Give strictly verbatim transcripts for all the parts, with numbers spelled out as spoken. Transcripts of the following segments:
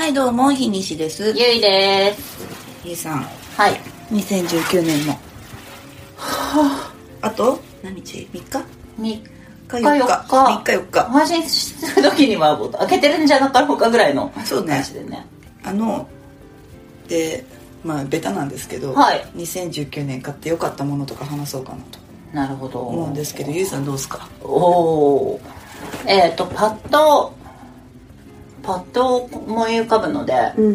はい、どうも日西です。 ゆいです。 ゆいさん、 はい、 にせんじゅうきゅうねんもはあ、あと何日？みっか？ みっかよっかみっかよっか配信する時には開けてるんじゃなかろうかぐらいのそうね感じでね。 あのでまあベタなんですけど、 はい、 にせんじゅうきゅうねん買ってよかったものとか話そうかなとなるほど思うんですけど、ゆいさんどうですか？ おーえっ、ー、とパッとパッと思い浮かぶので、うん、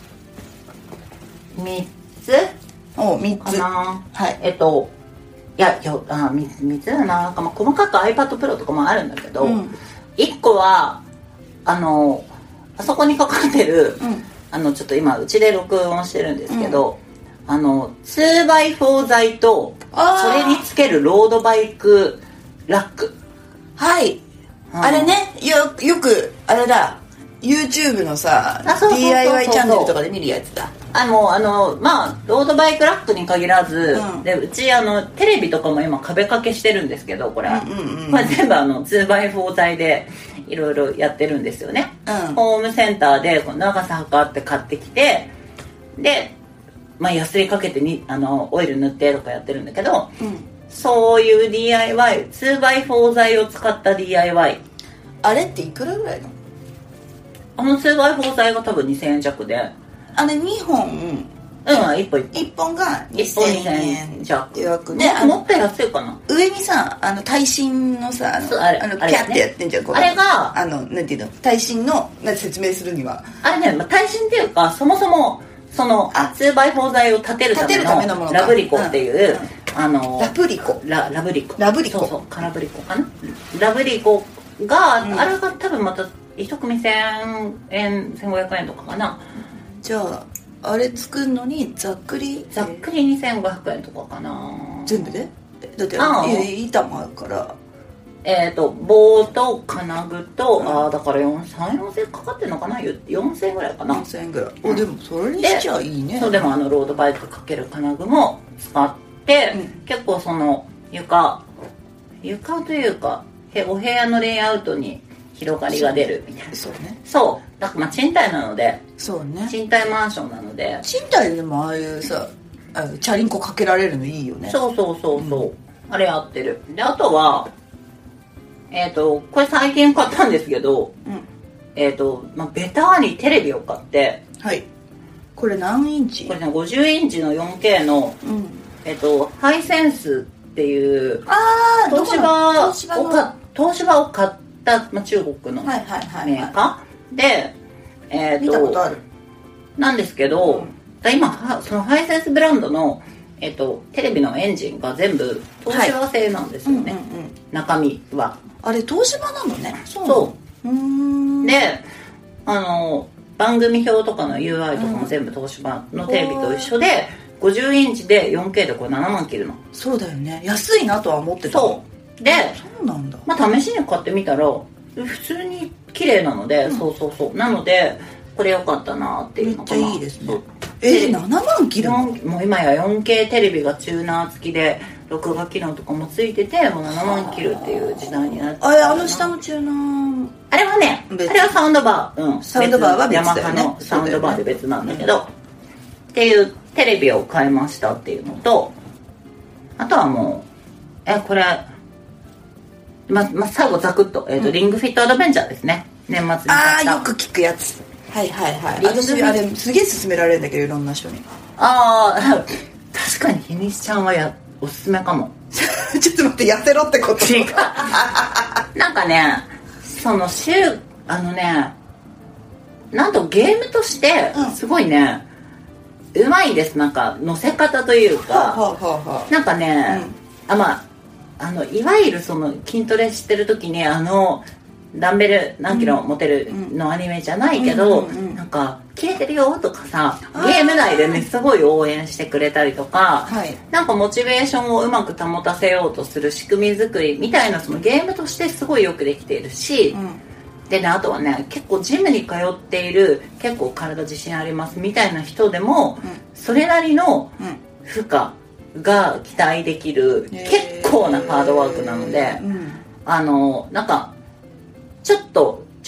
みっつおみっつかな。 はい、 えっといやよあ 3, みっつだな。なんかまあ細かく iPad Pro とかもあるんだけど、うん、いっこはあのあそこにかかってる、うん、あのちょっと今うちで録音してるんですけど、うん、あの ツーバイフォー 材とそれにつけるロードバイクラック。 はい、うん、あれね、よ, よくあれだ YouTube のさ ディーアイワイ チャンネルとかで見るやつだ。 あのあのまあロードバイクラックに限らず、うん、でうちあのテレビとかも今壁掛けしてるんですけど、これ、うんうんうん、これ全部あの ツーバイフォー 材でいろいろやってるんですよね、うん、ホームセンターでこの長さ測って買ってきて、で、まあ、ヤスリかけてにあのオイル塗ってとかやってるんだけど、うん、そういう ディーアイワイ ツーバイフォー 材を使った ディーアイワイ、 あれっていくらぐらいの？ あの ツーバイフォー 材が多分にせんえん弱で、 あれにほん、 うん、いっぽんいっぽんがにせんえん弱で、もっと安いかな。 上にさ、あの耐震のさ、あのあれあのピャッてやってんじゃん、こあれがあのなんていうの、耐震の説明するにはあれね、まあ、耐震っていうか、そもそもその ツーバイフォー 材を立てるためのラブリコっていう、うんうん、あのラブリコララブリコラブリコそうそうカラブリコかな、ラブリコが、うん、あれが多分また一組せんえんせんごひゃくえんとかかな。 じゃああれ作るのにざっくりざっくりにせんごひゃくえんとかかな、 全部で？だってあ板もあるから、 えっ、ー、と棒と金具と、うん、あだからさん、よんせんかかってるのかな、よんせんえんぐらいかな。 よんせんえんぐらい、うん、おでもそれにしちゃいいね。 そうでもあのロードバイクかける金具も使って、うん、結構その床床というかお部屋のレイアウトに広がりが出るみたいな。 そうね。 そうだからまあ賃貸なので、 そうね、 賃貸マンションなので、 賃貸でもああいうさあのチャリンコかけられるのいいよね。 そうそうそうそう、うん、あれやってる。であとはえっ、ー、とこれ最近買ったんですけど、うん、えっ、ー、と、まあ、ベタにテレビを買って、 はい、これ何インチ？ これねごじゅうインチの よんケー の、うん、えっ、ー、とハイセンスっていう東芝をか東芝を買った、まあ、中国のメーカー、はいはいはいはい、で、えー、と見たことあるなんですけど、うん、今そのハイセンスブランドの、えー、とテレビのエンジンが全部東芝製なんですよね、はい、うんうんうん、中身はあれ東芝なのね。 そうそううーんであの番組表とかの ユーアイ とかも全部東芝のテレビと一緒で、うん、ごじゅうインチで よんケー でこれななまん切るの。 そうだよね、安いなとは思ってた。 そうで、 そうなんだ、 まあ、試しに買ってみたら普通に綺麗なので、うん、そうそうそうなのでこれ良かったなっていうのかな。 めっちゃいいですね。えー、ななまん切るの？ もう今や よんケー テレビがチューナー付きで録画機能とかもついててもうななまん切るっていう時代になって、 あれあの下のチューナーあれはね、あれはサウンドバー、うん、 サウンドバーは別だよね。 ヤマハのサウンドバーで別なんだけど、ね、っていうテレビを買いましたっていうのと、あとはもうえこれまま最後ザクッと、えーとうん、リングフィットアドベンチャーですね。年末に買った。 ああよく聞くやつ。はいはいはい。私あれすげえ勧められるんだけどいろんな人に。 ああ確かにひにしちゃんはやおすすめかも。 ちょっと待って痩せろってこと？ 違うなんかねその週あのねなんとゲームとしてすごいね、うん、うまいんです。なんか乗せ方というか、はあはあはあ、なんかね、うん、あまああのいわゆるその筋トレしてる時にあのダンベル何キロ持てるのアニメじゃないけど、うんうんうん、なんか切れてるよとかさゲーム内でねすごい応援してくれたりとか、はい、なんかモチベーションをうまく保たせようとする仕組み作りみたいなそのゲームとしてすごいよくできているし、うん、でねあとはね結構ジムに通っている結構体自信ありますみたいな人でも、うん、それなりの負荷が期待できる、うん、結構なハードワークなので、うん、あのなんかちょっと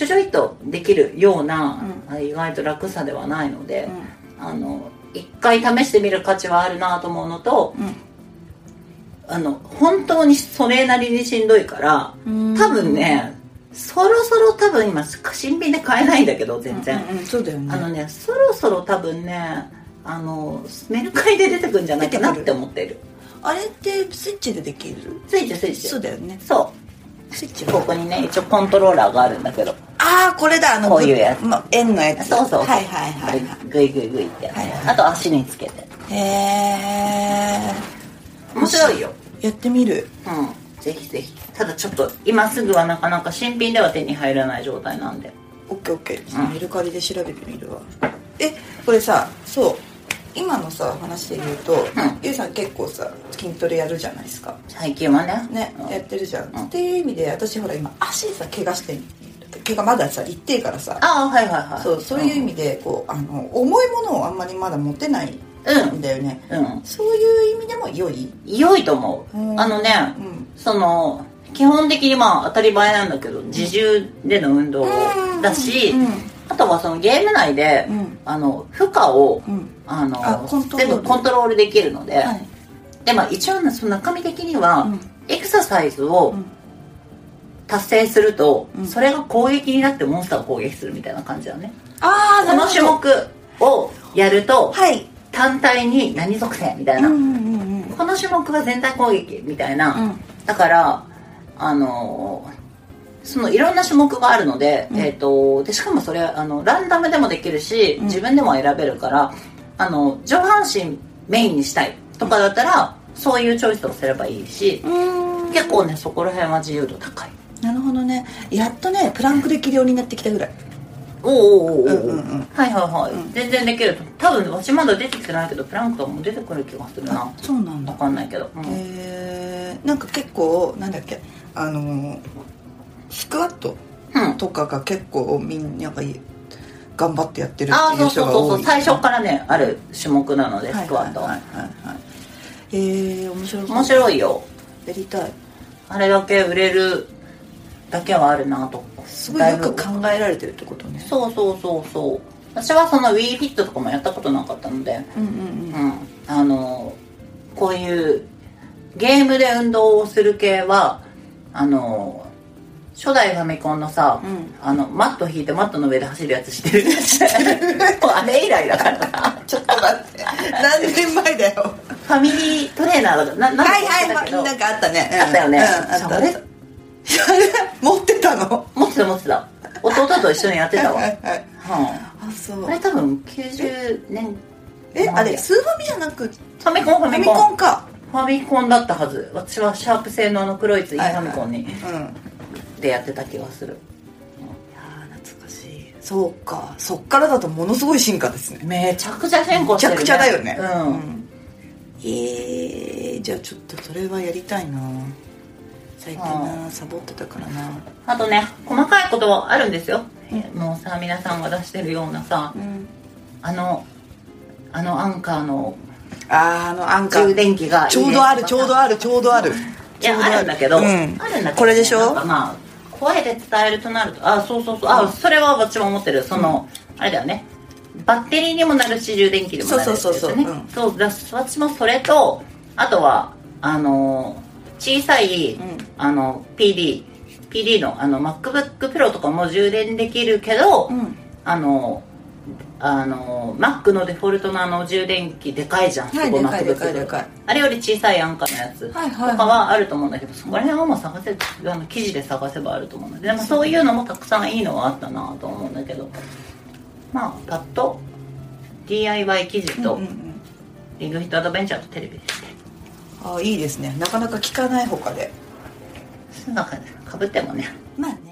ちょちょいっとできるような、うん、意外と楽さではないので、うん、あの一回試してみる価値はあるなと思うのと、うん、あの本当にそれなりにしんどいから多分ねそろそろ多分今新品で買えないんだけど全然、 うんうん、そうだよね。 あのねそろそろ多分ねあのメルカリで出てくるんじゃないかなって思ってる。 あれってスイッチでできる？ スイッチスイッチ。 そうだよね。 そうスイッチここにね一応コントローラーがあるんだけど、 ああこれだ、あのこういうやつ、 ま、円のやつ。 そうそうそう、 はいはいはい、はい、 グイグイグイってやつ、はいはい、あと足につけて。 へえ面白いよ。 やってみる。 うんぜひぜひ。ただちょっと今すぐはなかなか新品では手に入らない状態なんで。 オッケーオッケー、うん、メルカリで調べてみるわ。えこれさ、そう今のさ話で言うと、うん、ゆうさん結構さ筋トレやるじゃないですか最近はね。 ね、 うん、 やってるじゃん、うん、っていう意味で私ほら今足さ怪我して怪我まださ一定からさ、 ああはいはいはい、 そうそういう意味でこうあの重いものをあんまりまだ持てないんだよね、 うんうん、 そういう意味でも良い良いと思う、うん、あのね、うん、その基本的にまあ当たり前なんだけど自重での運動だし、うんうん、あとはそのゲーム内で、うん、あの負荷を、うん、あのあ全部コントロールできるので、はい、でまあ一応その中身的には、うん、エクササイズを達成すると、うん、それが攻撃になってモンスターを攻撃するみたいな感じだね。 あこの種目をやると、 はい、 単体に何属性みたいな、うんうんうん、この種目は全体攻撃みたいな、うん、だからあのそのいろんな種目があるので、うん、えー、とでしかもそれあのランダムでもできるし、うん、自分でも選べるからあの上半身メインにしたいとかだったら、うん、そういうチョイスをすればいいし、結構ねそこら辺は自由度高い。 なるほどね。やっとねプランクできるようになってきたぐらい。 おおおおお、はいはいはい、うん、全然できると。多分私まだ出てきてないけどプランクとかも出てくる気がするな。 そうなんだ。 分かんないけど、うん、 へえ。なんか結構なんだっけあのスクワットとかが結構みんなが頑張ってやってるっていう人が多い。あ、そうそうそうそう、 最初からねある種目なのでスクワットは。はいはいはいはい。 へえ、面白そう。 面白いよ。 やりたい。 あれだけ売れるだけはあるなと。 すごいよく考えられてるってことね。 そうそうそうそう。私はその Wii フィットとかもやったことなかったので、うんうんうん、うん、あのこういうゲームで運動をする系はあの初代ファミコンのさ、うん、あのマット引いてマットの上で走るやつ知ってる？あれ以来だからな。 ちょっと待って、何年前だよ。 ファミリートレーナーだからな、 はいはいはい、なんかあったね、 うん、あったよね、うん、 あったあった。持ってたの？ 持ってた持ってた。弟と一緒にやってたわ。はいはい、 はあ、あ、そう。 あれ多分きゅうじゅうねん。 え、あれスーファミじゃなくファミコンファミコン。ファミコンか。 ファミコンだったはず。私はシャープ製のあの黒いツインファミコンに、はいはい、うん、でやってた気がする。 いや懐かしい。そうか。そっからだとものすごい進化ですね。 めちゃくちゃ進化してるね。 めちゃくちゃだよね。うん。 うん、 えー、じゃあちょっとそれはやりたいな。最近なサボってたからな。 あとね細かいことはあるんですよ、うん、もうさ皆さんが出してるようなさ、うん、あのあのアンカーのああのアンカー充電器がちょうどあるちょうどあるちょうどあるいやあるんだけど、うん、あるんだけど、ね、 これでしょ。 なんかまあ声で伝えるとなるとあそうそうそう、あそれは私も思ってる。その、うん、あれだよね、バッテリーにもなるし充電器でもなるってそうそうそうそう、 うん、そうだ私もそれとあとはあの小さい、うん、あの ピーディー ピーディー の, あの MacBook Pro とかも充電できるけど、うん、あのあの Mac のデフォルトのあの充電器でかいじゃん、 はい、でかいでかいでかい。 あれより小さいアンカーのやつとかはあると思うんだけど、そこら辺はもう探せあの記事で探せばあると思うんだけど、でもそういうのもたくさんいいのはあったなと思うんだけど、まあパッと ディーアイワイ 記事と、うんうんうん、リングフィットアドベンチャーとテレビですね。 ああいいですね。なかなか聞かない他でなんかかぶってもねまあね